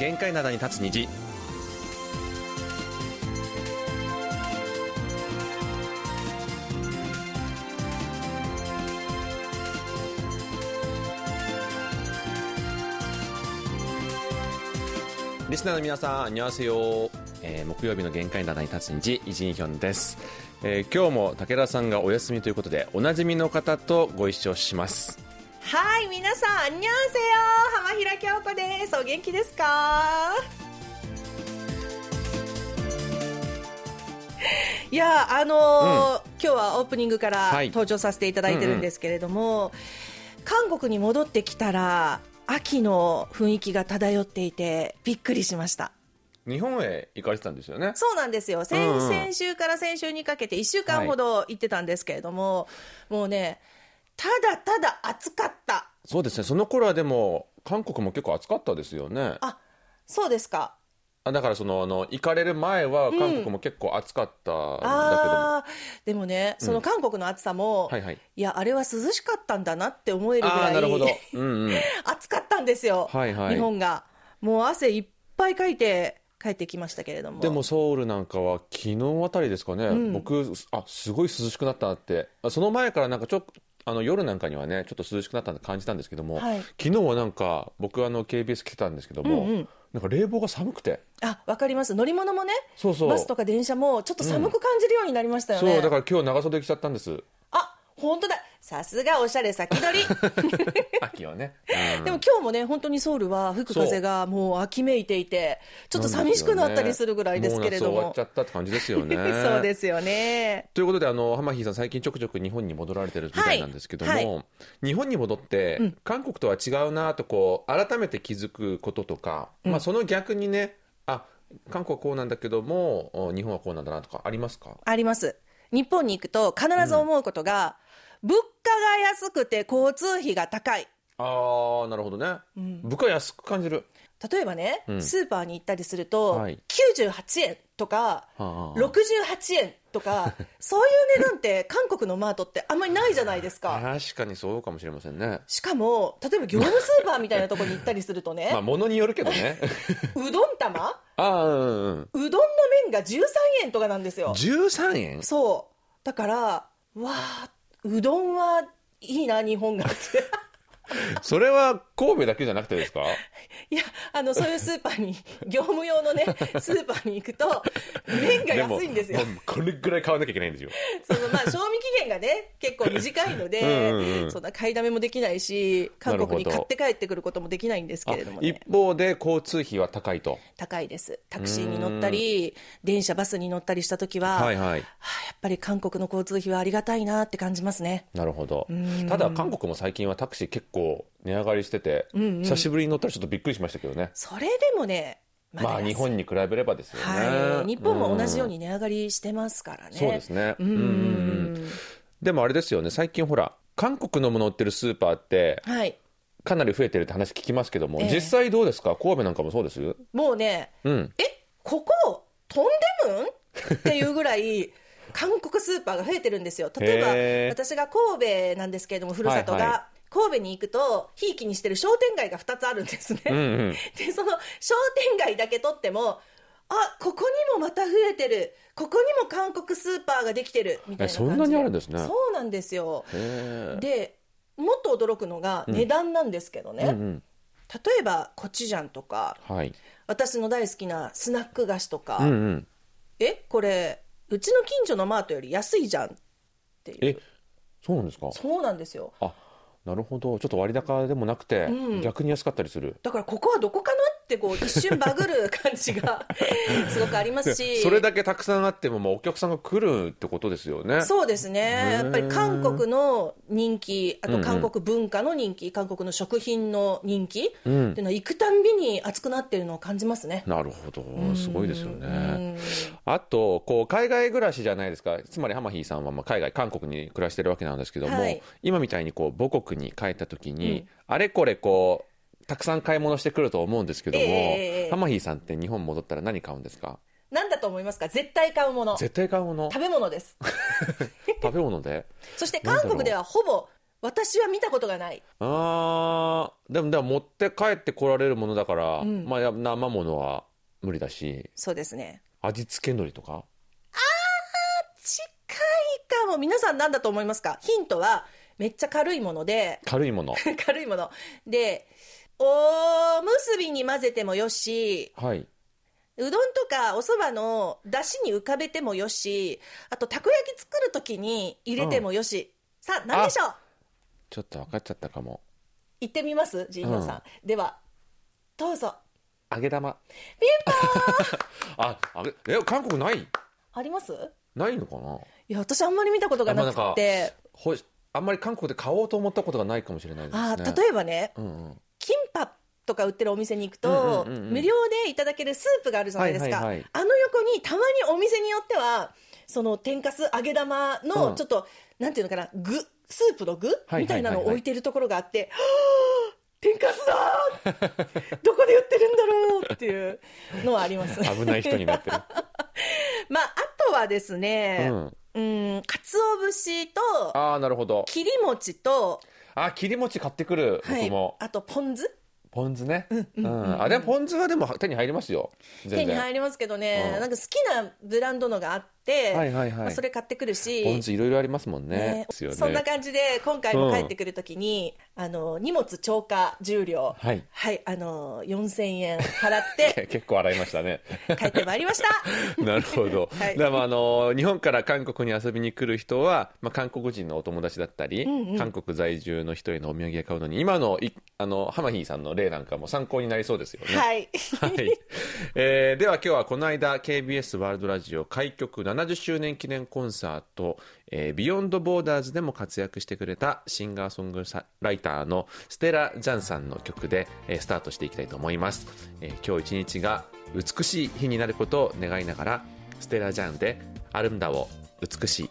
限界灘に立つ虹。リスナーの皆さん、안녕하세요。木曜日の限界灘に立つ虹、イジンヒョンです。今日も武田さんがお休みということで、おなじみの方とご一緒します。 はい、皆さん、안녕하세요。浜平京子です。お元気ですか？いや、今日はオープニングから登場させていただいてるんですけれども、韓国に戻ってきたら秋の雰囲気が漂っていてびっくりしました。 日本へ行かれてたんですよね。 そうなんですよ。先週から先週にかけて1週間ほど行ってたんですけれども、もうね、ただただ暑かった。 そうですね。その頃はでも韓国も結構暑かったですよね。 あ、そうですか。 だから行かれる前は韓国も結構暑かったんだけども、でもね、その韓国の暑さも、いや、あれは涼しかったんだなって思えるぐらい、 なるほど、 暑かったんですよ、日本が。もう汗いっぱいかいて帰ってきましたけれども。 でもソウルなんかは昨日あたりですかね、僕すごい涼しくなったなって。その前からなんか夜なんかにはねちょっと涼しくなったんで感じたんですけども、昨日はなんか僕KBS 来てたんですけども、なんか冷房が寒くて。 わかります。乗り物もね、バスとか電車もちょっと寒く感じるようになりましたよね。 そうだから今日長袖着ちゃったんです。 本当だ。さすがおしゃれ先取り。 秋はね、 でも今日もね、本当にソウルは吹く風がもう秋めいていて、ちょっと寂しくなったりするぐらいですけれども、 もう夏終わっちゃったって感じですよね。 そうですよね。 ということで浜比さん最近ちょくちょく日本に戻られてるみたいなんですけども、日本に戻って、韓国とは違うなと改めて気づくこととか、その逆にね、韓国はこうなんだけども日本はこうなんだなとかありますか？ あります。日本に行くと必ず思うことが、物価が安くて交通費が高い。 なるほどね、物価安く感じる。 例えばね、スーパーに行ったりすると、98円とか68円とかそういう値段って韓国のマートってあんまりないじゃないですか。 確かにそうかもしれませんね。 しかも例えば業務スーパーみたいなところに行ったりするとね物によるけどねうどん玉うどんの麺が13円とかなんですよ。 13円？ そうだから、うどんはいいな日本がってそれは神戸だけじゃなくてですか？ いや、そういうスーパーに業務用のねスーパーに行くと麺が安いんですよ。 でもこれぐらい買わなきゃいけないんですよ。 賞味期限がね結構短いのでそんな買いだめもできないし、韓国に買って帰ってくることもできないんですけれどもね。 一方で交通費は高いと。 高いです。タクシーに乗ったり電車バスに乗ったりした時は、やっぱり韓国の交通費はありがたいなって感じますね。 なるほど。ただ韓国も最近はタクシー結構値上がりしてて、久しぶりに乗ったらちょっとびっくりしましたけどね。 それでもね、 日本に比べればですよね。 日本も同じように値上がりしてますからね。 そうですね。でもあれですよね、最近ほら韓国のもの売ってるスーパーって、かなり増えてるって話聞きますけども、実際どうですか？神戸なんかもそうです？もうね、ここトンデムンっていうぐらい韓国スーパーが増えてるんですよ。例えば私が神戸なんですけれども、ふるさとが、神戸に行くとひいきにしてる商店街が2つあるんですね。でその商店街だけ取っても、ここにもまた増えてる、ここにも韓国スーパーができてるみたいな感じで。 そんなにあるんですね。 そうなんですよ。でもっと驚くのが値段なんですけどね、例えばコチュジャンとか、私の大好きなスナック菓子とか、これうちの近所のマートより安いじゃんっていう。 そうなんですか？ そうなんですよ。 なるほど。ちょっと割高でもなくて、逆に安かったりする。 だからここはどこかなって一瞬バグる感じがすごくありますしそれだけたくさんあっても、お客さんが来るってことですよね。 そうですね。やっぱり韓国の人気、あと韓国文化の人気、韓国の食品の人気っていうのは行くたんびに熱くなってるのを感じますね。 なるほど。すごいですよね。あと海外暮らしじゃないですか。つまりハマヒーさんは海外、韓国に暮らしてるわけなんですけども、今みたいに母国に帰った時に、あれこれたくさん買い物してくると思うんですけども、ハマヒーさんって日本戻ったら何買うんですか？ 何だと思いますか？絶対買うもの。 絶対買うもの。 食べ物です。 食べ物でそして韓国ではほぼ私は見たことがない。 でも持って帰ってこられるものだから、まあ、生ものは無理だし。 そうですね。 味付け海苔とか。 近いかも。皆さん何だと思いますか？ヒントはめっちゃ軽いもので。 軽いもの軽いもので、おむすびに混ぜてもよし、 はい、 うどんとかおそばのだしに浮かべてもよし、あとたこ焼き作るときに入れてもよし、さあ何でしょう？ ちょっと分かっちゃったかも。 言ってみます？神野さん、ではどうぞ。 揚げ玉。 ピンポーン韓国ないあります？ ないのかな。 いや、私あんまり見たことがなくて、 あんまり韓国で買おうと思ったことがないかもしれないですね。 例えばね、キンパとか売ってるお店に行くと、無料でいただけるスープがあるじゃないですか、あの横にたまにお店によってはその天かす揚げ玉のちょっと、なんていうのかな、スープの具みたいなのを置いてるところがあって、天かすだどこで売ってるんだろうっていうのはあります危ない人になってるまあ、あとはですね、かつお節と、 なるほど、 切り餅と、 切り餅買ってくる、僕も。 あとポン酢ね。でもポン酢はでも手に入りますよ。 手に入りますけどね、なんか好きなブランドのがあって、それ買ってくるし、 ポン酢いろいろありますもんね。 そんな感じで今回も帰ってくるときに、荷物超過重量、4000円払って結構洗いましたね。 帰ってまいりましたなるほど。でも日本から韓国に遊びに来る人は、韓国人のお友達だったり、韓国在住の人へのお土産を買うのに、今のハマヒーさんの例なんかも参考になりそうですよね。では今日はこの間 KBS ワールドラジオ開局70周年記念コンサート、ビヨンドボーダーズでも活躍してくれたシンガーソングライターのステラ・ジャンさんの曲で、スタートしていきたいと思います。今日一日が美しい日になることを願いながら、ステラ・ジャンでアルムダを美しい。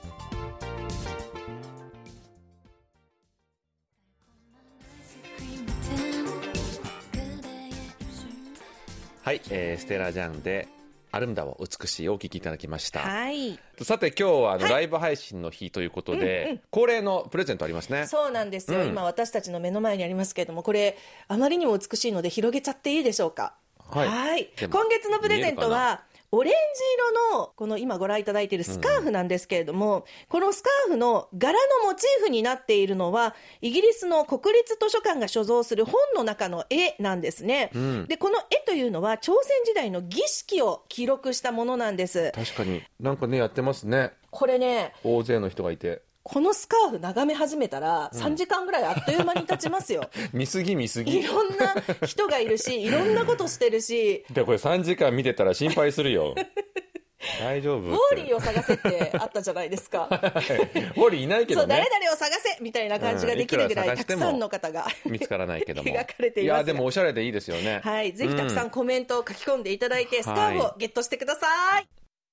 はい、ステラ・ジャンでアルムダを美しいをお聴きいただきました。さて今日はライブ配信の日ということで、恒例のプレゼントありますね。 そうなんですよ、今私たちの目の前にありますけれども、これあまりにも美しいので広げちゃっていいでしょうか。今月のプレゼントはオレンジ色のこの今ご覧いただいているスカーフなんですけれども、このスカーフの柄のモチーフになっているのはイギリスの国立図書館が所蔵する本の中の絵なんですね、でこの絵というのは朝鮮時代の儀式を記録したものなんです。 確かになんかねやってますね。 これね、 大勢の人がいて、 このスカーフ眺め始めたら3時間ぐらいあっという間に経ちますよ、 見すぎいろんな人がいるしいろんなことしてるし、 でこれ3時間見てたら心配するよ大丈夫？ ウォーリーを探せってあったじゃないですかウォーリーいないけどね、 誰々を探せみたいな感じができるぐらいたくさんの方が見つからないけども描かれていますが、 でもおしゃれでいいですよね。 ぜひたくさんコメントを書き込んでいただいて、スカーフをゲットしてください。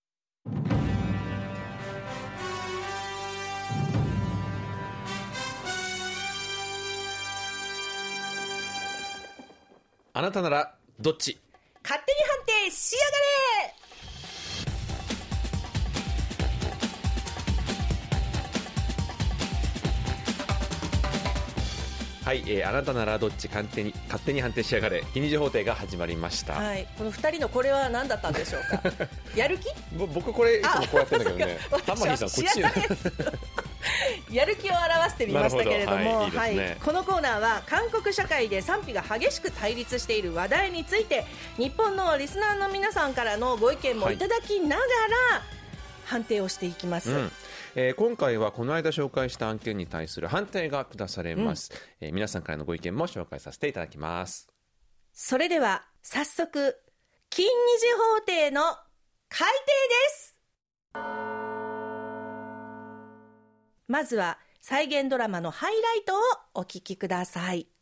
あなたならどっち？ 勝手に判定しやがれ。 はい、あなたならどっち勝手に判定しやがれ、日にち法廷が始まりました。 この2人のこれは何だったんでしょうかやる気？ 僕これいつもこうやってるんだけどねハマヒーさんこっちやる気を表してみましたけれども、このコーナーは韓国社会で賛否が激しく対立している話題について、日本のリスナーの皆さんからのご意見もいただきながら判定をしていきます。 今回はこの間紹介した案件に対する判定が下されます。皆さんからのご意見も紹介させていただきます。 それでは早速金二次法廷の開廷です。まずは再現ドラマのハイライトをお聞きください。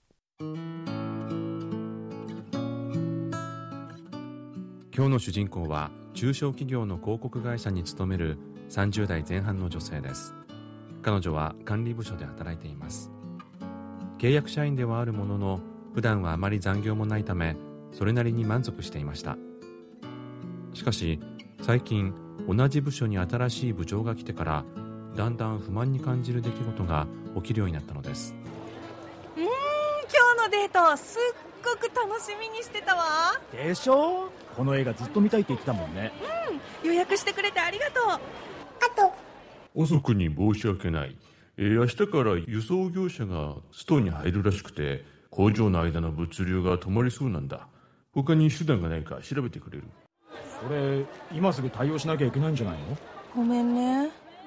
今日の主人公は中小企業の広告会社に勤める30代前半の女性です。彼女は管理部署で働いています。契約社員ではあるものの、普段はあまり残業もないためそれなりに満足していました。しかし最近同じ部署に新しい部長が来てから、 だんだん不満に感じる出来事が起きるようになったのです。 今日のデートすっごく楽しみにしてたわ。 でしょ、この映画ずっと見たいって言ってたもんね。 予約してくれてありがとう。 遅くに申し訳ない。明日から輸送業者がストに入るらしくて、工場の間の物流が止まりそうなんだ。他に手段がないか調べてくれる？ それ今すぐ対応しなきゃいけないんじゃないの？ ごめんね。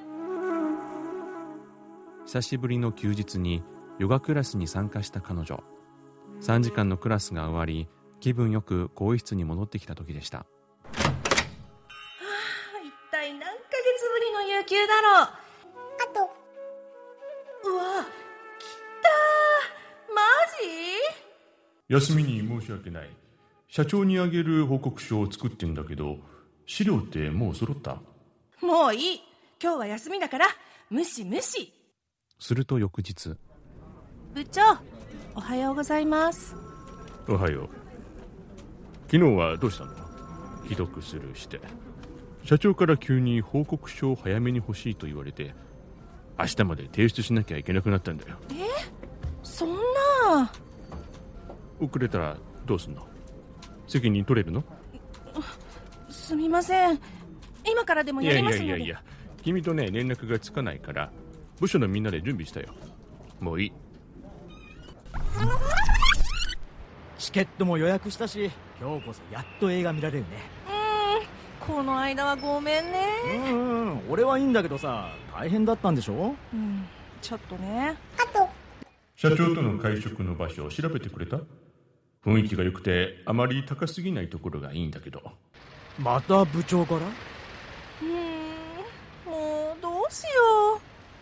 久しぶりの休日にヨガクラスに参加した彼女。3時間のクラスが終わり、気分よく更衣室に戻ってきた時でした。 一体何ヶ月ぶりの有給だろう。うわ、来たー。マジ？ 休みに申し訳ない。社長にあげる報告書を作ってんだけど、資料ってもう揃った？ もういい。今日は休みだから無視無視。 すると翌日。 部長、おはようございます。 おはよう。昨日はどうしたの？ひどくスルーして。社長から急に報告書を早めに欲しいと言われて、明日まで提出しなきゃいけなくなったんだよ。 そんな。 遅れたらどうすんの？責任取れるの？ すみません。今からでもやりますので。 いや君とね、連絡がつかないから部署のみんなで準備したよ。もういい。 チケットも予約したし、今日こそやっと映画見られるね。 この間はごめんね。 俺はいいんだけどさ、大変だったんでしょ？ ちょっとね。 社長との会食の場所を調べてくれた？雰囲気が良くてあまり高すぎないところがいいんだけど。 また部長から？ もうどうしよう。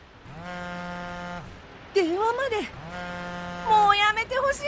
電話まで。もうやめてほしい。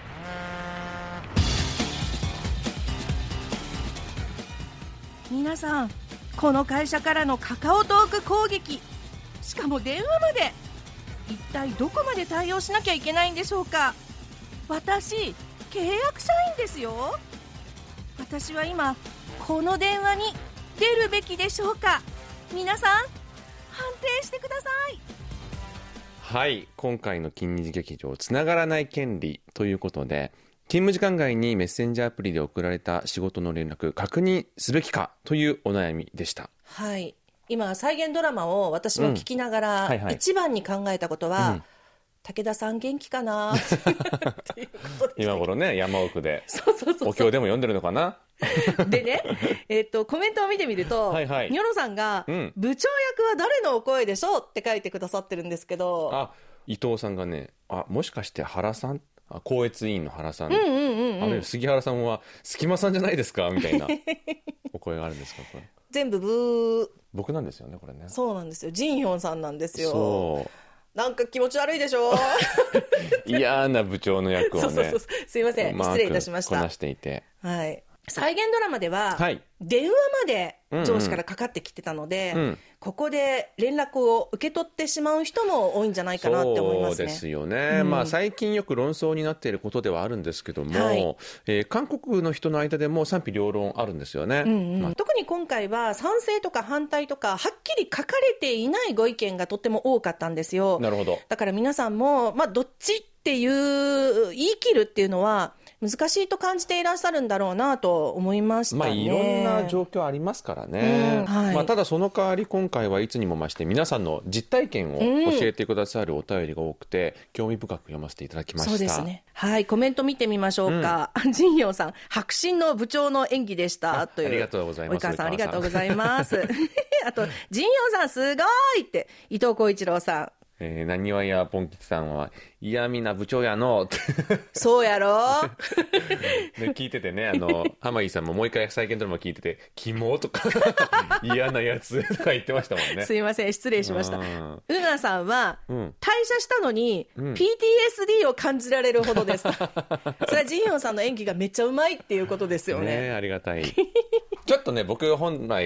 皆さん、この会社からのカカオトーク攻撃、しかも電話まで、一体どこまで対応しなきゃいけないんでしょうか。私、契約社員ですよ。私は今この電話に出るべきでしょうか。皆さん、判定してください。 はい、今回の金日劇場つながらない権利ということで、勤務時間外にメッセンジャーアプリで送られた仕事の連絡確認すべきかというお悩みでした。 はい、今再現ドラマを私も聞きながら、一番に考えたことは、武田さん元気かなっていうことで、 今頃ね、山奥でそうお経でも読んでるのかなでね、コメントを見てみると、ニョロさんが、部長役は誰のお声でしょうって書いてくださってるんですけど、 伊藤さんがね、もしかして原さん、校閲委員の原さん、あれ杉原さんは隙間さんじゃないですかみたいなお声があるんですか。これ全部ブー。僕なんですよね、これね。 そうなんですよ、ジンヒョンさんなんですよ。 そうなんか気持ち悪いでしょ嫌な部長の役をねすいません、失礼いたしました。 こなしていて、 再現ドラマでは、電話まで上司からかかってきてたので、ここで連絡を受け取ってしまう人も多いんじゃないかなって思いますね。 そうですよね、最近よく論争になっていることではあるんですけども、韓国の人の間でも賛否両論あるんですよね。 特に今回は賛成とか反対とかはっきり書かれていないご意見がとっても多かったんですよ。 なるほど。 だから皆さんも、どっちっていう言い切るっていうのは難しいと感じていらっしゃるんだろうなと思いましたね。 いろんな状況ありますからね、ただその代わり今回はいつにも増して皆さんの実体験を教えてくださるお便りが多くて、興味深く読ませていただきました。 そうですね。はい、コメント見てみましょうか。ジンヒョンさん、迫真の部長の演技でしたという。 ありがとうございます。 及川さん、ありがとうございますあとジンヒョンさんすごいって伊藤浩一郎さん、 なにわやポン吉さんは嫌味な部長やのってそうやろ聞いててね、浜井さんももう一回再現ドラマ聞いてて、キモとか嫌なやつとか言ってましたもんね。 すいません、失礼しました。うなさんは、退社したのに、PTSD を感じられるほどですそれはジンヒョンさんの演技がめっちゃうまいっていうことですよね。 ありがたいちょっとね、僕本来は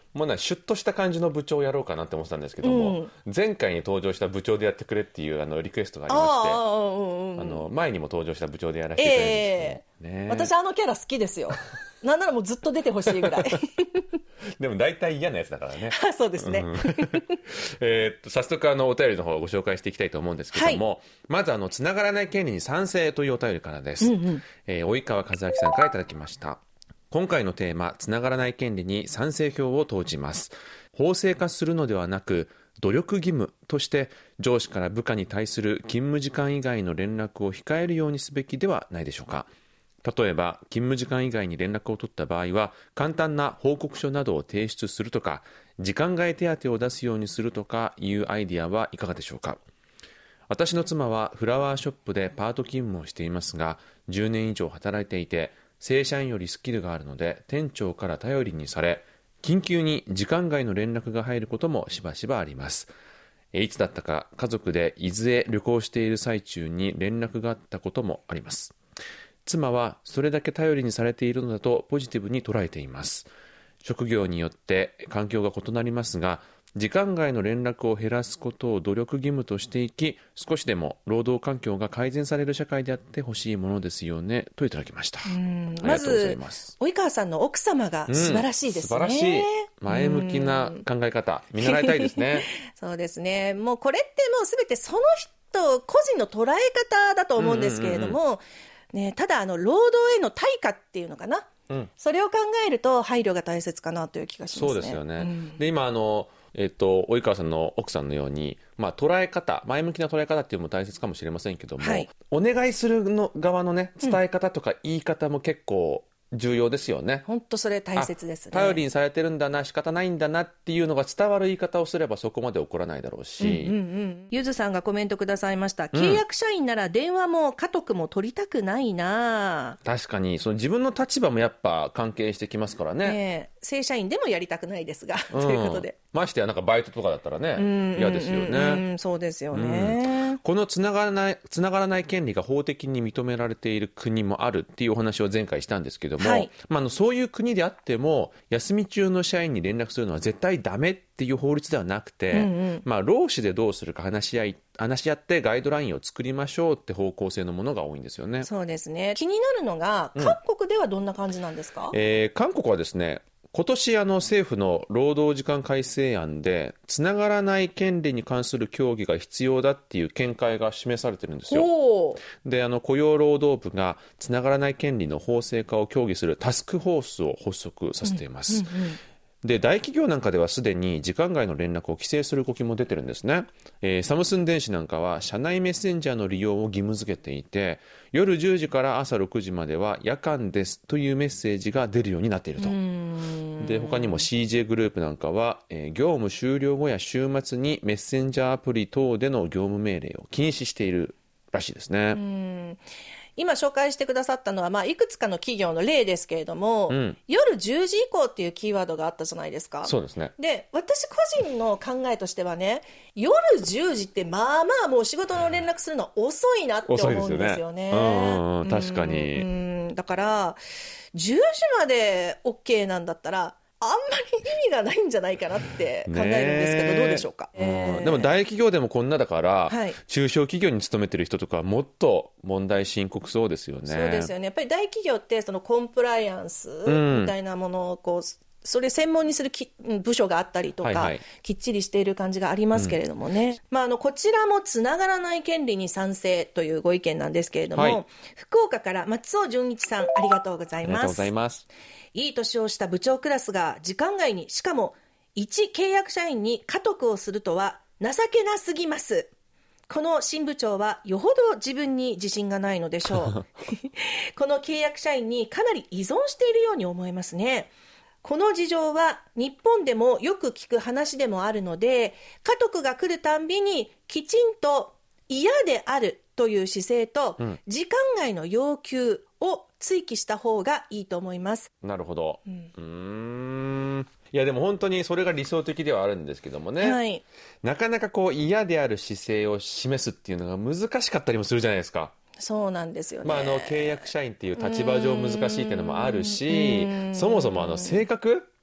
もうシュッとした感じの部長をやろうかなって思ってたんですけども、前回に登場した部長でやってくれっていうリクエストがありまして、前にも登場した部長でやらせてくれるんですけど、ね、 私キャラ好きですよ。なんならもうずっと出てほしいぐらいでも大体嫌なやつだからねそうですね、 早速お便りの方をご紹介していきたいと思うんですけども、まずつながらない権利に賛成というお便りからです、及川和明さんからいただきました。今回のテーマ、つながらない権利に賛成票を投じます。法制化するのではなく、努力義務として上司から部下に対する勤務時間以外の連絡を控えるようにすべきではないでしょうか。例えば勤務時間以外に連絡を取った場合は簡単な報告書などを提出するとか、時間外手当を出すようにするとかいうアイディアはいかがでしょうか。私の妻はフラワーショップでパート勤務をしていますが、10年以上働いていて、正社員よりスキルがあるので店長から頼りにされ、緊急に時間外の連絡が入ることもしばしばあります。いつだったか家族で伊豆へ旅行している最中に連絡があったこともあります。妻はそれだけ頼りにされているのだとポジティブに捉えています。職業によって環境が異なりますが、時間外の連絡を減らすことを努力義務としていき、少しでも労働環境が改善される社会であってほしいものですよね、といただきました。 まず及川さんの奥様が素晴らしいですね、 素晴らしい前向きな考え方、見習いたいですねそうですね。もうこれってもう全てその人個人の捉え方だと思うんですけれども、ただ労働への対価っていうのかな、それを考えると配慮が大切かなという気がしますね。 そうですよね、で今及川さんの奥さんのように、捉え方、前向きな捉え方っていうのも大切かもしれませんけども、お願いする側のね、伝え方とか言い方も結構重要ですよね。 本当それ大切ですね。 頼りにされてるんだな、仕方ないんだなっていうのが伝わる言い方をすればそこまで起こらないだろうし、 ゆずさんがコメントくださいました。契約社員なら電話も家督も取りたくないな。 確かに自分の立場もやっぱ関係してきますからね。 正社員でもやりたくないですが、ということで、 ましてやバイトとかだったらね、嫌ですよね。 そうですよね、 このつながらない権利が法的に認められている国もあるっていうお話を前回したんですけども、そういう国であっても休み中の社員に連絡するのは絶対ダメっていう法律ではなくて、労使でどうするか話し合ってガイドラインを作りましょうって方向性のものが多いんですよね。 そうですね。気になるのが韓国ではどんな感じなんですか。 韓国はですね、今年政府の労働時間改正案でつながらない権利に関する協議が必要だっていう見解が示されてるんですよ。で雇用労働部がつながらない権利の法制化を協議するタスクフォースを発足させています。で大企業なんかではすでに時間外の連絡を規制する動きも出てるんですね。サムスン電子なんかは社内メッセンジャーの利用を義務付けていて、夜10時から朝6時までは夜間ですというメッセージが出るようになっていると。で他にも CJ グループなんかは、業務終了後や週末にメッセンジャーアプリ等での業務命令を禁止しているらしいですね。 今紹介してくださったのは、いくつかの企業の例ですけれども、夜10時以降っていうキーワードがあったじゃないですか。 そうですね。 で私個人の考えとしてはね、夜10時ってもう仕事の連絡するのは遅いなって思うんですよね。 確かに。 だから10時まで OK なんだったらあんまり意味がないんじゃないかなって考えるんですけど、どうでしょうか。 でも大企業でもこんなだから、中小企業に勤めてる人とかはもっと問題深刻そうですよね。 そうですよね。やっぱり大企業ってそのコンプライアンスみたいなものをそれ専門にする部署があったりとか、きっちりしている感じがありますけれどもね、こちらもつながらない権利に賛成というご意見なんですけれども、福岡から松尾純一さん、ありがとうございます。 ありがとうございます。 いい年をした部長クラスが時間外に、しかも一契約社員に家督をするとは情けなすぎます。この新部長はよほど自分に自信がないのでしょうこの契約社員にかなり依存しているように思えますね。この事情は日本でもよく聞く話でもあるので、家督が来るたんびにきちんと嫌であるという姿勢と、時間外の要求を追記した方がいいと思います。 なるほど。いやでも本当にそれが理想的ではあるんですけどもね、なかなか嫌である姿勢を示すっていうのが難しかったりもするじゃないですか。 そうなんですよね。 契約社員っていう立場上難しいっていうのもあるし、そもそも性格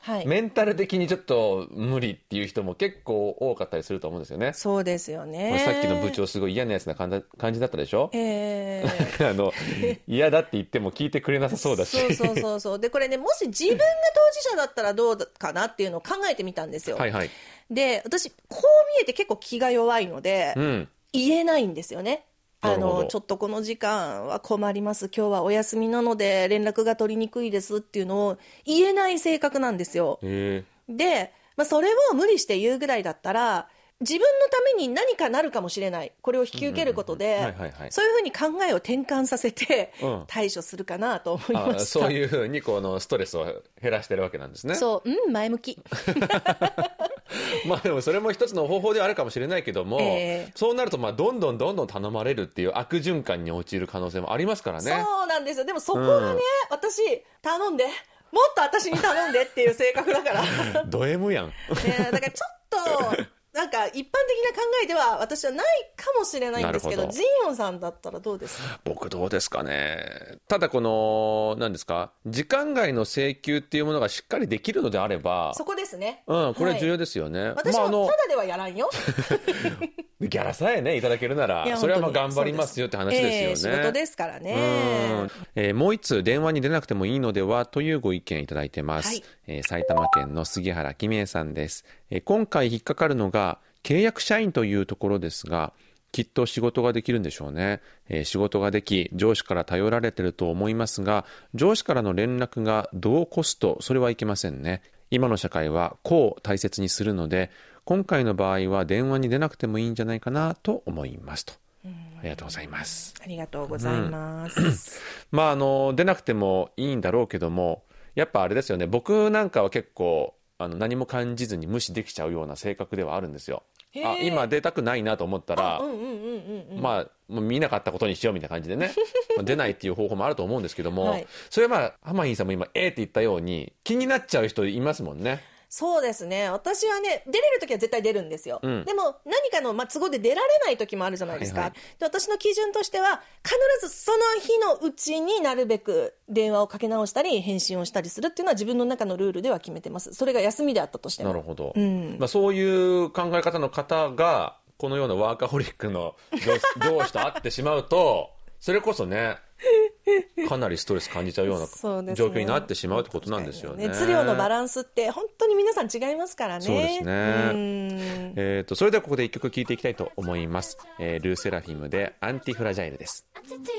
はい、 メンタル的にちょっと無理っていう人も結構多かったりすると思うんですよね。 そうですよね。 さっきの部長すごい嫌なやつな感じだったでしょ。嫌だって言っても聞いてくれなさそうだし。 そうでこれね、もし自分が当事者だったらどうかなっていうのを考えてみたんですよ。 はいはい。 で私こう見えて結構気が弱いので、言えないんですよね。ちょっとこの時間は困ります、今日はお休みなので連絡が取りにくいですっていうのを言えない性格なんですよ。で、それを無理して言うぐらいだったら自分のために何かなるかもしれない、これを引き受けることでそういうふうに考えを転換させて対処するかなと思いました。 そういうふうにこのストレスを減らしてるわけなんですね。 そう、前向きでもそれも一つの方法ではあるかもしれないけども、そうなるとどんどん頼まれるっていう悪循環に陥る可能性もありますからね。 そうなんですよ。でもそこがね、私頼んでもっと私に頼んでっていう性格だからド M やんだからちょっとなんか一般的な考えでは私はないかもしれないんですけど、ジンヨンさんだったらどうですか？ 僕どうですかね。ただこの何ですか、時間外の請求っていうものがしっかりできるのであれば、 そこですね。 これ重要ですよね。 私もただではやらんよギャラさえねいただけるならそれは頑張りますよって話ですよね。 仕事ですからね。 もう一通電話に出なくてもいいのではというご意見いただいてます。埼玉県の杉原紀明さんです。今回引っかかるのが契約社員というところですが、きっと仕事ができるんでしょうね。仕事ができ上司から頼られてると思いますが、上司からの連絡が同コスト、それはいけませんね。今の社会は個を大切にするので、今回の場合は電話に出なくてもいいんじゃないかなと思いますと。ありがとうございます。 ありがとうございます。 出なくてもいいんだろうけども、やっぱあれですよね、僕なんかは結構何も感じずに無視できちゃうような性格ではあるんですよ。今出たくないなと思ったらもう見なかったことにしようみたいな感じでね出ないっていう方法もあると思うんですけども、それはハマヒンさんも今って言ったように気になっちゃう人いますもんね。 そうですね。私はね、出れるときは絶対出るんですよ。でも何かの都合で出られないときもあるじゃないですか。で、私の基準としては必ずその日のうちになるべく電話をかけ直したり返信をしたりするっていうのは自分の中のルールでは決めてます。それが休みであったとしても。 なるほど。そういう考え方の方がこのようなワーカホリックの上司と会ってしまうとそれこそねかなりストレス感じちゃうような状況になってしまうってことなんですよね。 熱量のバランスって本当に皆さん違いますからね。 そうですね。それではここで一曲聴いていきたいと思います。ルーセラフィムでアンティフラジャイルです。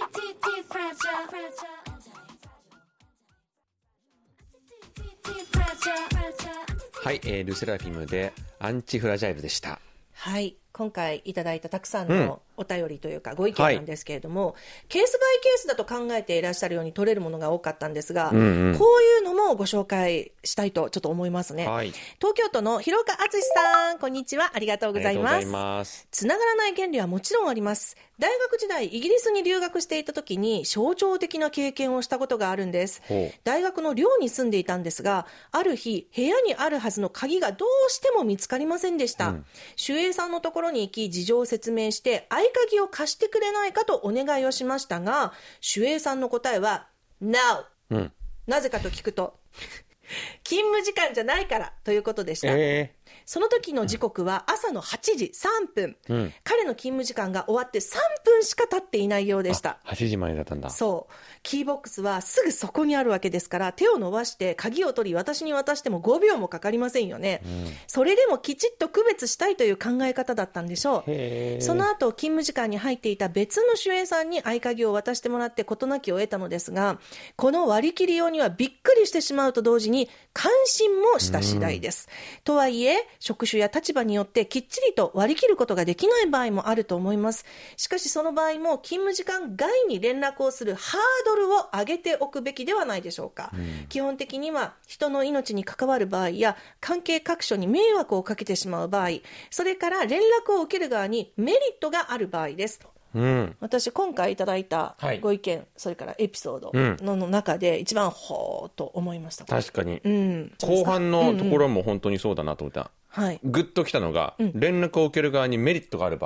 はい、ルーセラフィムでアンチフラジャイルでした。 はい、今回いただいたたくさんのお便りというかご意見なんですけれども、ケースバイケースだと考えていらっしゃるように取れるものが多かったんですが、こういうのもご紹介したいとちょっと思いますね。東京都の広岡敦さん、こんにちは、ありがとうございます。つながらない権利はもちろんあります。大学時代イギリスに留学していた時に象徴的な経験をしたことがあるんです。大学の寮に住んでいたんですが、ある日部屋にあるはずの鍵がどうしても見つかりませんでした。守衛さんのところに行き事情を説明して合鍵を貸してくれないかとお願いをしましたが、守衛さんの答えは No、なぜかと聞くと勤務時間じゃないからということでした。その時の時刻は朝の8時3分、彼の勤務時間が終わって3分しか経っていないようでした。 8時前だったんだ。 そう、キーボックスはすぐそこにあるわけですから、手を伸ばして鍵を取り私に渡しても5秒もかかりませんよね。それでもきちっと区別したいという考え方だったんでしょう。その後勤務時間に入っていた別の守衛さんに合鍵を渡してもらって事なきを得たのですが、この割り切りようにはびっくりしてしまうと同時に関心もした次第です。とはいえ職種や立場によってきっちりと割り切ることができない場合もあると思います。しかしその場合も勤務時間外に連絡をするハードルを上げておくべきではないでしょうか。基本的には人の命に関わる場合や関係各所に迷惑をかけてしまう場合、それから連絡を受ける側にメリットがある場合です。私今回いただいたご意見、それからエピソードの中で一番ほーっと思いました。 確かに、後半のところも本当にそうだなと思った。グッときたのが、連絡を受ける側にメリットがある場合、例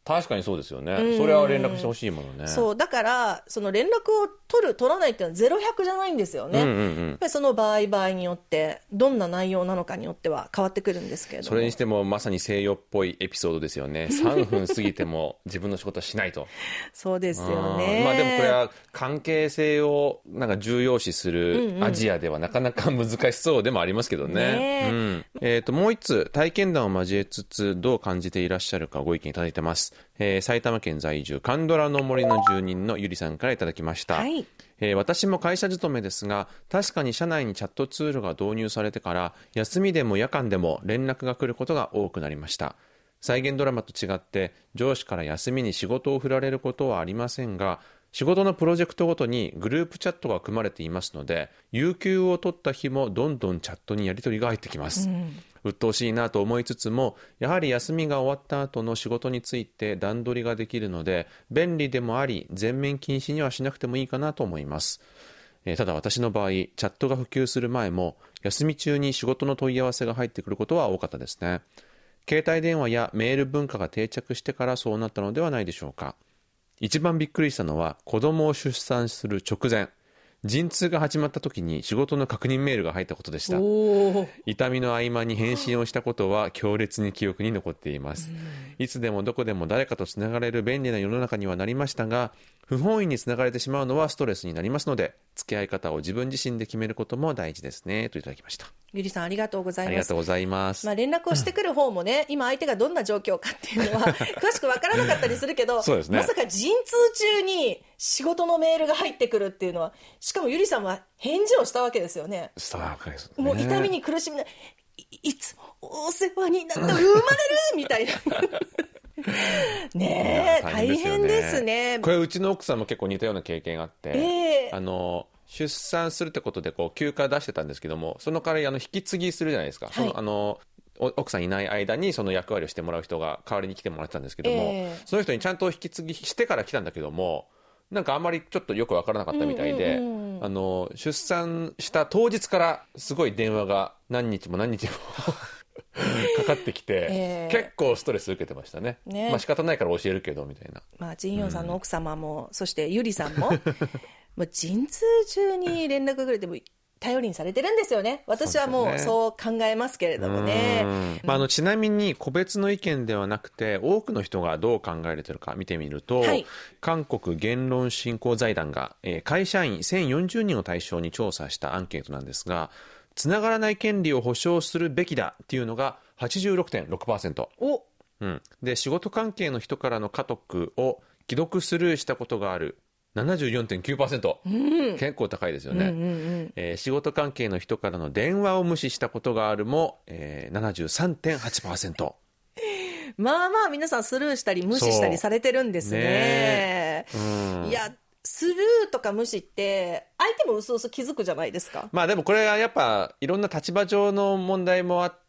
確かにそうですよね。それは連絡してほしいものね。 そうだからその連絡を取らないっていうのは0、100じゃないんですよね。やっぱりその場合によってどんな内容なのかによっては変わってくるんですけれども、 それにしてもまさに西洋っぽいエピソードですよね。3分過ぎても自分の仕事はしないと。 そうですよね。 まあでもこれは関係性をなんか重要視するアジアではなかなか難しそうでもありますけどね。もう一つ体験談を交えつつどう感じていらっしゃるかご意見いただいてます。埼玉県在住カンドラの森の住人のゆりさんからいただきました。私も会社勤めですが、確かに社内にチャットツールが導入されてから休みでも夜間でも連絡が来ることが多くなりました。再現ドラマと違って上司から休みに仕事を振られることはありませんが、仕事のプロジェクトごとにグループチャットが組まれていますので、有給を取った日もどんどんチャットにやり取りが入ってきます。鬱陶しいなと思いつつも、やはり休みが終わった後の仕事について段取りができるので便利でもあり、全面禁止にはしなくてもいいかなと思います。ただ私の場合、チャットが普及する前も休み中に仕事の問い合わせが入ってくることは多かったですね。携帯電話やメール文化が定着してからそうなったのではないでしょうか。一番びっくりしたのは子供を出産する直前、陣痛が始まった時に仕事の確認メールが入ったことでした。痛みの合間に返信をしたことは強烈に記憶に残っています。いつでもどこでも誰かとつながれる便利な世の中にはなりましたが、不本意につながれてしまうのはストレスになりますので、付き合い方を自分自身で決めることも大事ですね、といただきました。 ゆりさんありがとうございます。 ありがとうございます。 連絡をしてくる方もね、今相手がどんな状況かっていうのは詳しく分からなかったりするけど、 そうですね、 まさか陣痛中に仕事のメールが入ってくるっていうのは、しかもゆりさんは返事をしたわけですよね。 したわけですね。 もう痛みに苦しみない、いつもお世話になった生まれるみたいなねえ、大変ですね。 これうちの奥さんも結構似たような経験があって、出産するってことでこう休暇出してたんですけども、その代わり引き継ぎするじゃないですか、その奥さんいない間にその役割をしてもらう人が代わりに来てもらってたんですけども、その人にちゃんと引き継ぎしてから来たんだけども、なんかあんまりちょっとよく分からなかったみたいで、出産した当日からすごい電話が何日も何日もかかってきて、結構ストレス受けてましたね。まあ仕方ないから教えるけどみたいな。 ジンヨンさんの奥様も、そしてゆりさんももう陣痛中に連絡が来るでも頼りにされてるんですよね。私はもうそう考えますけれどもね。 ちなみに個別の意見ではなくて多くの人がどう考えているか見てみると、韓国言論振興財団が会社員1040人を対象に調査したアンケートなんですが、つながらない権利を保障するべきだっていうのが 86.6%、で仕事関係の人からの家督を既読スルーしたことがある 74.9%、結構高いですよね。仕事関係の人からの電話を無視したことがあるも、73.8%。 まあまあ皆さんスルーしたり無視したりされてるんですね。いやスルーとか無視って相手もうすうす気づくじゃないですか。 まあでもこれはやっぱいろんな立場上の問題もあって、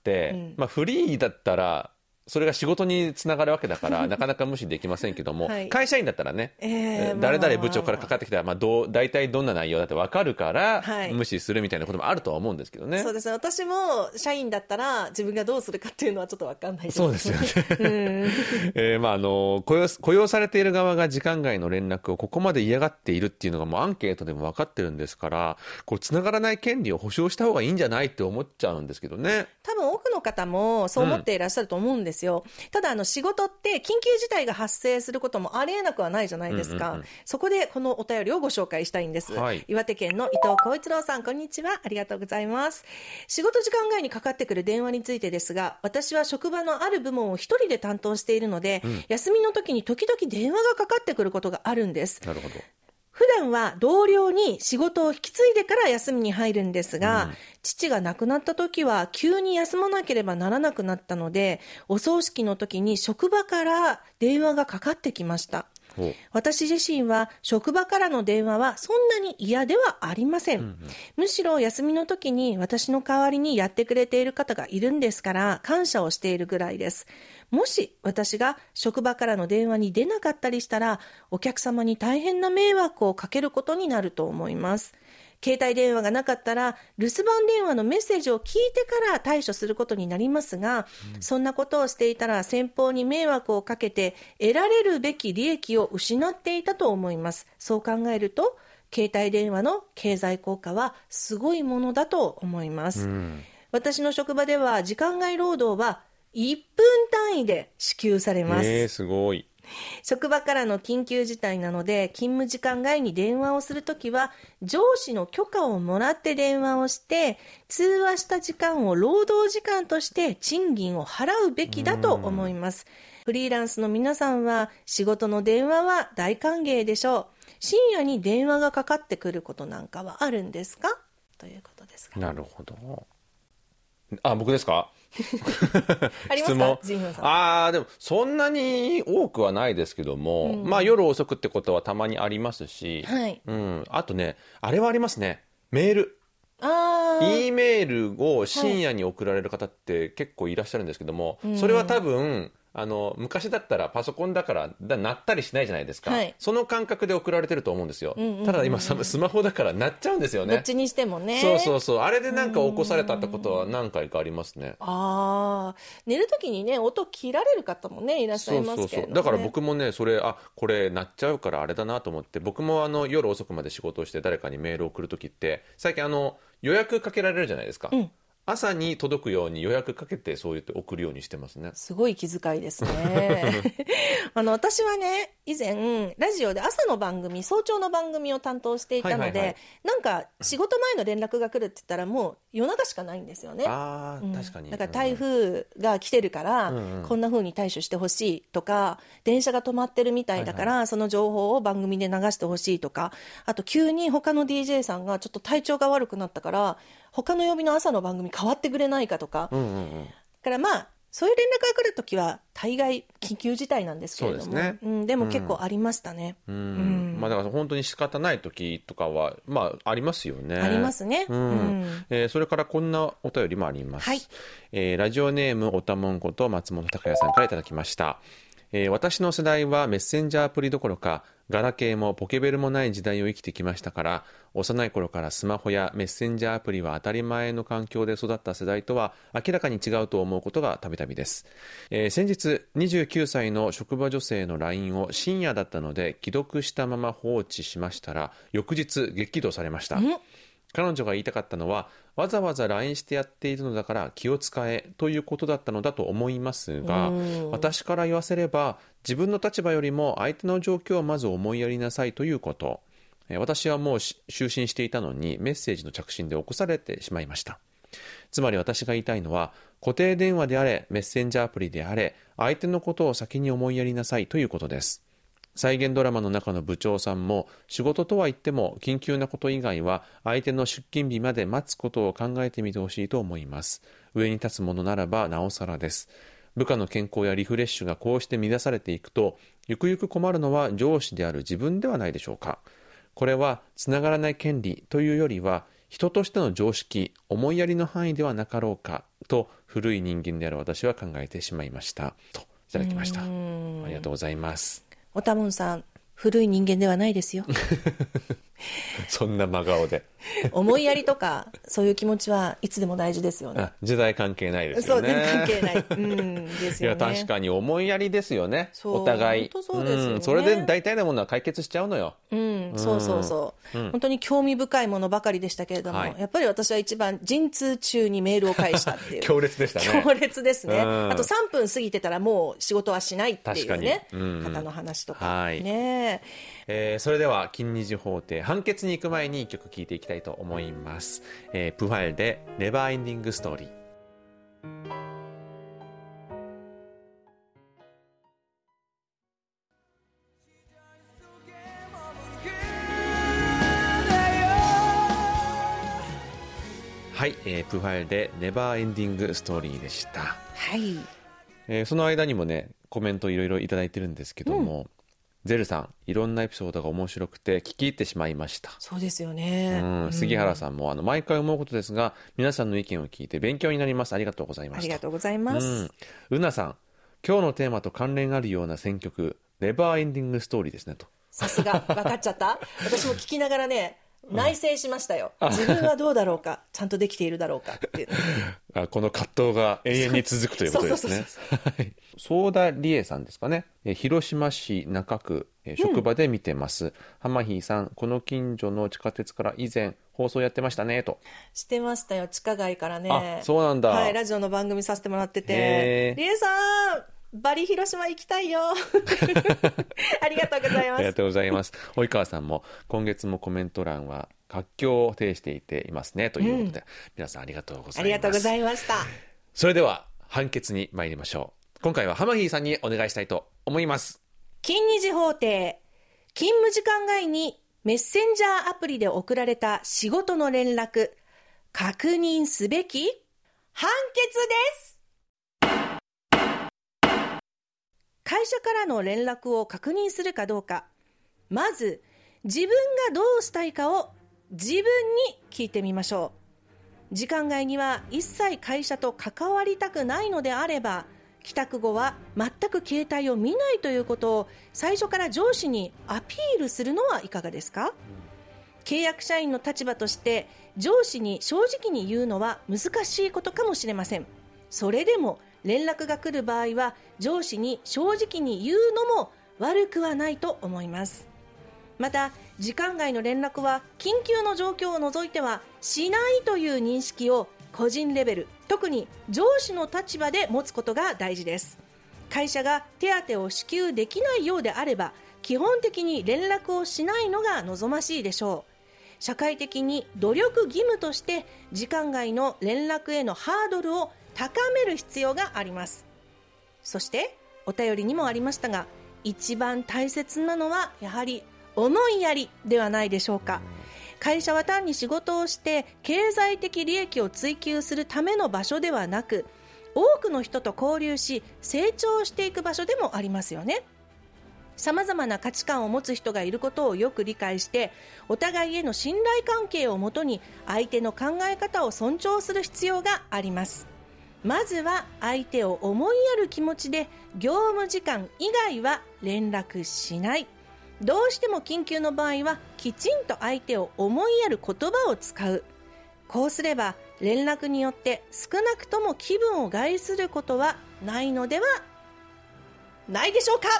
フリーだったらそれが仕事につながるわけだからなかなか無視できませんけども、会社員だったらね、誰々部長からかかってきたら、大体どんな内容だって分かるから、無視するみたいなこともあるとは思うんですけどね。 そうですね。私も社員だったら自分がどうするかっていうのはちょっと分かんないです。 そうですよね。雇用されている側が時間外の連絡をここまで嫌がっているっていうのがもうアンケートでも分かってるんですから、こうつながらない権利を保障した方がいいんじゃないって思っちゃうんですけどね。 多分多くの方もそう思っていらっしゃると思うんですよ。ただ仕事って緊急事態が発生することもありえなくはないじゃないですか。そこでこのお便りをご紹介したいんです。岩手県の伊藤浩一郎さん、こんにちは。ありがとうございます。仕事時間外にかかってくる電話についてですが、私は職場のある部門を一人で担当しているので、休みの時に時々電話がかかってくることがあるんです。 なるほど。 普段は同僚に仕事を引き継いでから休みに入るんですが、父が亡くなった時は急に休まなければならなくなったので、お葬式の時に職場から電話がかかってきました。私自身は職場からの電話はそんなに嫌ではありません。むしろ休みの時に私の代わりにやってくれている方がいるんですから感謝をしているぐらいです。もし私が職場からの電話に出なかったりしたら、お客様に大変な迷惑をかけることになると思います。 携帯電話がなかったら留守番電話のメッセージを聞いてから対処することになりますが、そんなことをしていたら先方に迷惑をかけて得られるべき利益を失っていたと思います。そう考えると携帯電話の経済効果はすごいものだと思います。私の職場では時間外労働は1分単位で支給されます。 すごい。 職場からの緊急事態なので勤務時間外に電話をするときは上司の許可をもらって電話をして、通話した時間を労働時間として賃金を払うべきだと思います。フリーランスの皆さんは仕事の電話は大歓迎でしょう。深夜に電話がかかってくることなんかはあるんですか、ということですが。 なるほど。僕ですか？ ありますか、神保さん。 でもそんなに多くはないですけども、夜遅くってことはたまにありますし、あとね、あれはありますね、メール。E メールを深夜に送られる方って結構いらっしゃるんですけども、それは多分昔だったらパソコンだから鳴ったりしないじゃないですか、その感覚で送られてると思うんですよ、ただ今スマホだから鳴っちゃうんですよね。 どっちにしてもね。 そうあれでなんか起こされたってことは何回かありますね。 寝るときにね、音切られる方もねいらっしゃいますけれどもね。 だから僕もね、これ鳴っちゃうからあれだなと思って、僕も夜遅くまで仕事をして誰かにメールを送るときって最近予約かけられるじゃないですか、朝に届くように予約かけてそう言って送るようにしてますね。 すごい気遣いですね私はね、以前ラジオで朝の番組、早朝の番組を担当していたので、なんか仕事前の連絡が来るって言ったらもう夜中しかないんですよね。 確かに。 だから台風が来てるから、こんな風に対処してほしいとか、電車が止まってるみたいだから、その情報を番組で流してほしいとか、あと急に他の DJ さんがちょっと体調が悪くなったから他の曜日の朝の番組変わってくれないかとか、だからそういう連絡が来るときは大概緊急事態なんですけれども、でも結構ありましたね。 だから本当に仕方ない時とかはありますよね。 ありますね。 それからこんなお便りもあります。ラジオネームおたもんこと松本隆也さんからいただきました。私の世代はメッセンジャーアプリどころかガラケーもポケベルもない時代を生きてきましたから、幼い頃からスマホやメッセンジャーアプリは当たり前の環境で育った世代とは明らかに違うと思うことがたびたびです。先日29歳の職場女性の LINE を深夜だったので既読したまま放置しましたら、翌日激怒されました。彼女が言いたかったのは、わざわざ LINE してやっているのだから気を使えということだったのだと思いますが、私から言わせれば自分の立場よりも相手の状況をまず思いやりなさいということ。私はもう就寝していたのにメッセージの着信で起こされてしまいました。つまり私が言いたいのは、固定電話であれメッセンジャーアプリであれ、相手のことを先に思いやりなさいということです。再現ドラマの中の部長さんも、仕事とは言っても緊急なこと以外は相手の出勤日まで待つことを考えてみてほしいと思います。上に立つものならばなおさらです。部下の健康やリフレッシュがこうして乱されていくと、ゆくゆく困るのは上司である自分ではないでしょうか。これはつながらない権利というよりは人としての常識、思いやりの範囲ではなかろうかと、古い人間である私は考えてしまいましたといただきました。ありがとうございます。 おたむんさん、古い人間ではないですよそんな真顔で思いやりとかそういう気持ちはいつでも大事ですよね。 時代関係ないですよね。 そう関係ない、ですよね。 いや確かに思いやりですよね。お互い。 本当そうですよね。 それで大体のものは解決しちゃうのよ。 そう、本当に興味深いものばかりでしたけれども、やっぱり私は一番陣痛中にメールを返したっていう強烈でしたね。 強烈ですね。あと3分過ぎてたらもう仕事はしないっていうね、方の話とかね。 それでは金二次法廷判決に行く前に一曲聴いていきたいと思います。プファルでネバーエンディングストーリー。はい、プファルでネバーエンディングストーリーでした。 はい。 その間にもねコメントいろいろいただいてるんですけども、ゼルさん、いろんなエピソードが面白くて聞き入ってしまいました。 そうですよね。 杉原さんも毎回思うことですが、皆さんの意見を聞いて勉強になります。ありがとうございました。 ありがとうございます。 うなさん、今日のテーマと関連あるような選曲、ネバーエンディングストーリーですねと。 さすが分かっちゃった私も聞きながらね、 内省しましたよ。自分はどうだろうか、ちゃんとできているだろうかっていうこの葛藤が永遠に続くということですね。相田理恵さんですかね。広島市中区、職場で見てます。ハマヒーさん、この近所の地下鉄から以前放送やってましたねと。 してましたよ、地下街からね。 あ、そうなんだ。 はい、ラジオの番組させてもらってて、理恵さんバリ広島行きたいよありがとうございます。 ありがとうございます。及川さんも今月もコメント欄は活況を呈していていますねということで、皆さんありがとうございます。 ありがとうございました。 それでは判決に参りましょう。今回はハマヒーさんにお願いしたいと思います。 金二次法廷、勤務時間外にメッセンジャーアプリで送られた仕事の連絡、確認すべき判決です。会社からの連絡を確認するかどうか、まず自分がどうしたいかを自分に聞いてみましょう。時間外には一切会社と関わりたくないのであれば、帰宅後は全く携帯を見ないということを最初から上司にアピールするのはいかがですか？契約社員の立場として上司に正直に言うのは難しいことかもしれません。それでも連絡が来る場合は上司に正直に言うのも悪くはないと思います。また時間外の連絡は緊急の状況を除いてはしないという認識を個人レベル、特に上司の立場で持つことが大事です。会社が手当を支給できないようであれば基本的に連絡をしないのが望ましいでしょう。社会的に努力義務として時間外の連絡へのハードルを高める必要があります。そしてお便りにもありましたが、一番大切なのはやはり思いやりではないでしょうか。会社は単に仕事をして経済的利益を追求するための場所ではなく、多くの人と交流し成長していく場所でもありますよね。さまざまな価値観を持つ人がいることをよく理解して、お互いへの信頼関係をもとに相手の考え方を尊重する必要があります。まずは相手を思いやる気持ちで業務時間以外は連絡しない。どうしても緊急の場合はきちんと相手を思いやる言葉を使う。こうすれば連絡によって少なくとも気分を害することはないのではないでしょうか。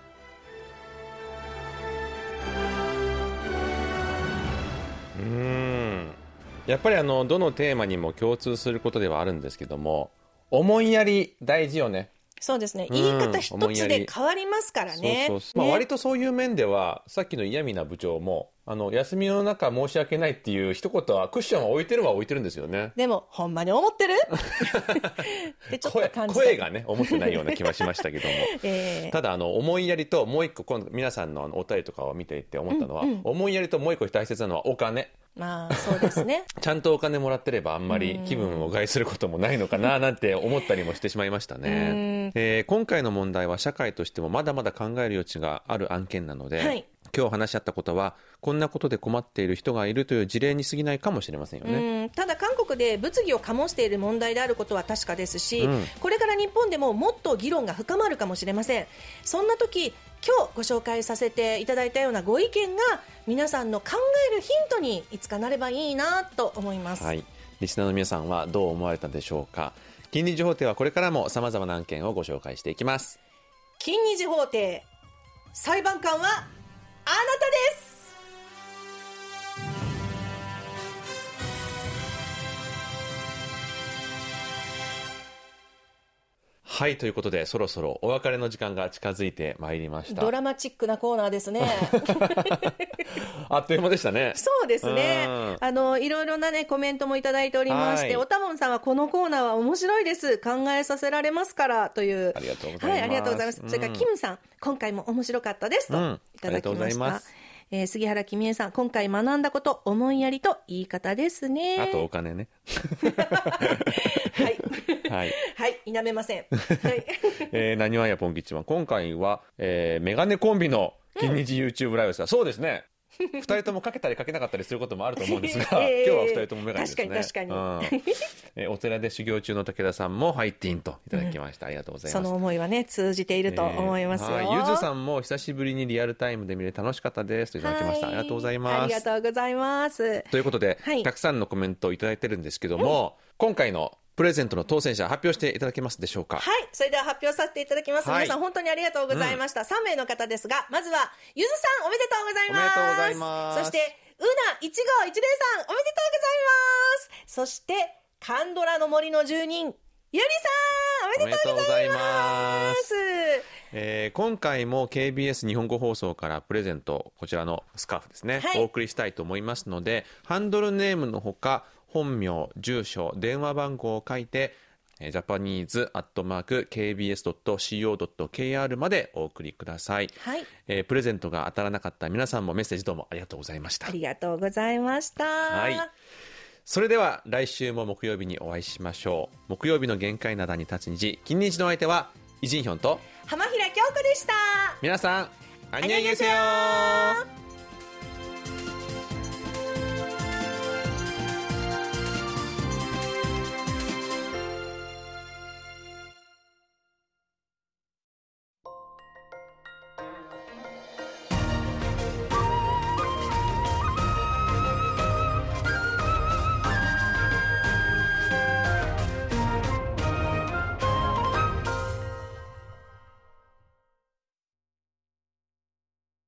やっぱりどのテーマにも共通することではあるんですけども、思いやり大事よね。 そうですね、言い方一つで変わりますからね。 割とそういう面ではさっきの嫌味な部長も休みの中申し訳ないっていう一言はクッションは置いてるんですよね。 でもほんまに思ってるってちょっと感じた。 声がね思ってないような気はしましたけども、ただ思いやりともう一個、今度皆さんのお便りとかを見ていて思ったのは、思いやりともう一個大切なのはお金。 まあそうですねちゃんとお金もらってればあんまり気分を害することもないのかななんて思ったりもしてしまいましたね。今回の問題は社会としてもまだまだ考える余地がある案件なので、はい、今日話し合ったことはこんなことで困っている人がいるという事例に過ぎないかもしれませんよね。 ただ韓国で物議を醸している問題であることは確かですし、これから日本でももっと議論が深まるかもしれません。そんな時、今日ご紹介させていただいたようなご意見が皆さんの考えるヒントにいつかなればいいなと思います。 はい、リスナーの皆さんはどう思われたでしょうか。金二次法廷はこれからも様々な案件をご紹介していきます。 金二次法廷、裁判官はあなたです。 はい、ということでそろそろお別れの時間が近づいてまいりました。 ドラマチックなコーナーですねあっという間でしたね。 そうですね、いろいろな、ね、コメントもいただいておりまして、おたもんさんはこのコーナーは面白いです、考えさせられますからという。 ありがとうございます。 はい、ありがとうございます。それからキムさん、今回も面白かったですといただきました。杉原君江さん、今回学んだこと、思いやりと言い方ですね。 あとお金ねはいはい、はい、否めません、はいなにわやぽん吉は今回は、メガネコンビの金日 YouTube ライブですが、そうですね、 2人ともかけたりかけなかったりすることもあると思うんですが、今日は2人ともメガネですね。 確かにお寺で修行中の武田さんも入ってインといただきました、ありがとうございます。 その思いはね通じていると思いますよ。 ゆずさんも久しぶりにリアルタイムで見れて楽しかったですといただきました、ありがとうございます。 ありがとうございます。 ということで、たくさんのコメントをいただいてるんですけども、今回のプレゼントの当選者発表していただけますでしょうか。 はい、それでは発表させていただきます、皆さん本当にありがとうございました、3名の方ですが、まずはゆずさんおめでとうございます。 おめでとうございます。 そしてうな1513さんおめでとうございます。そしてカンドラの森の住人ゆりさんおめでとうございます。 今回も KBS 日本語放送からプレゼント、こちらのスカーフですね、お送りしたいと思いますので、ハンドルネームのほか本名、住所、電話番号を書いてjapanese@kbs.co.kr までお送りください、プレゼントが当たらなかった皆さんもメッセージどうもありがとうございました。 ありがとうございました。 それでは来週も木曜日にお会いしましょう。木曜日の限界灘に立つ虹、金日の相手はイジンヒョンと浜平京子でした。 皆さん、アンニョンゲセヨー。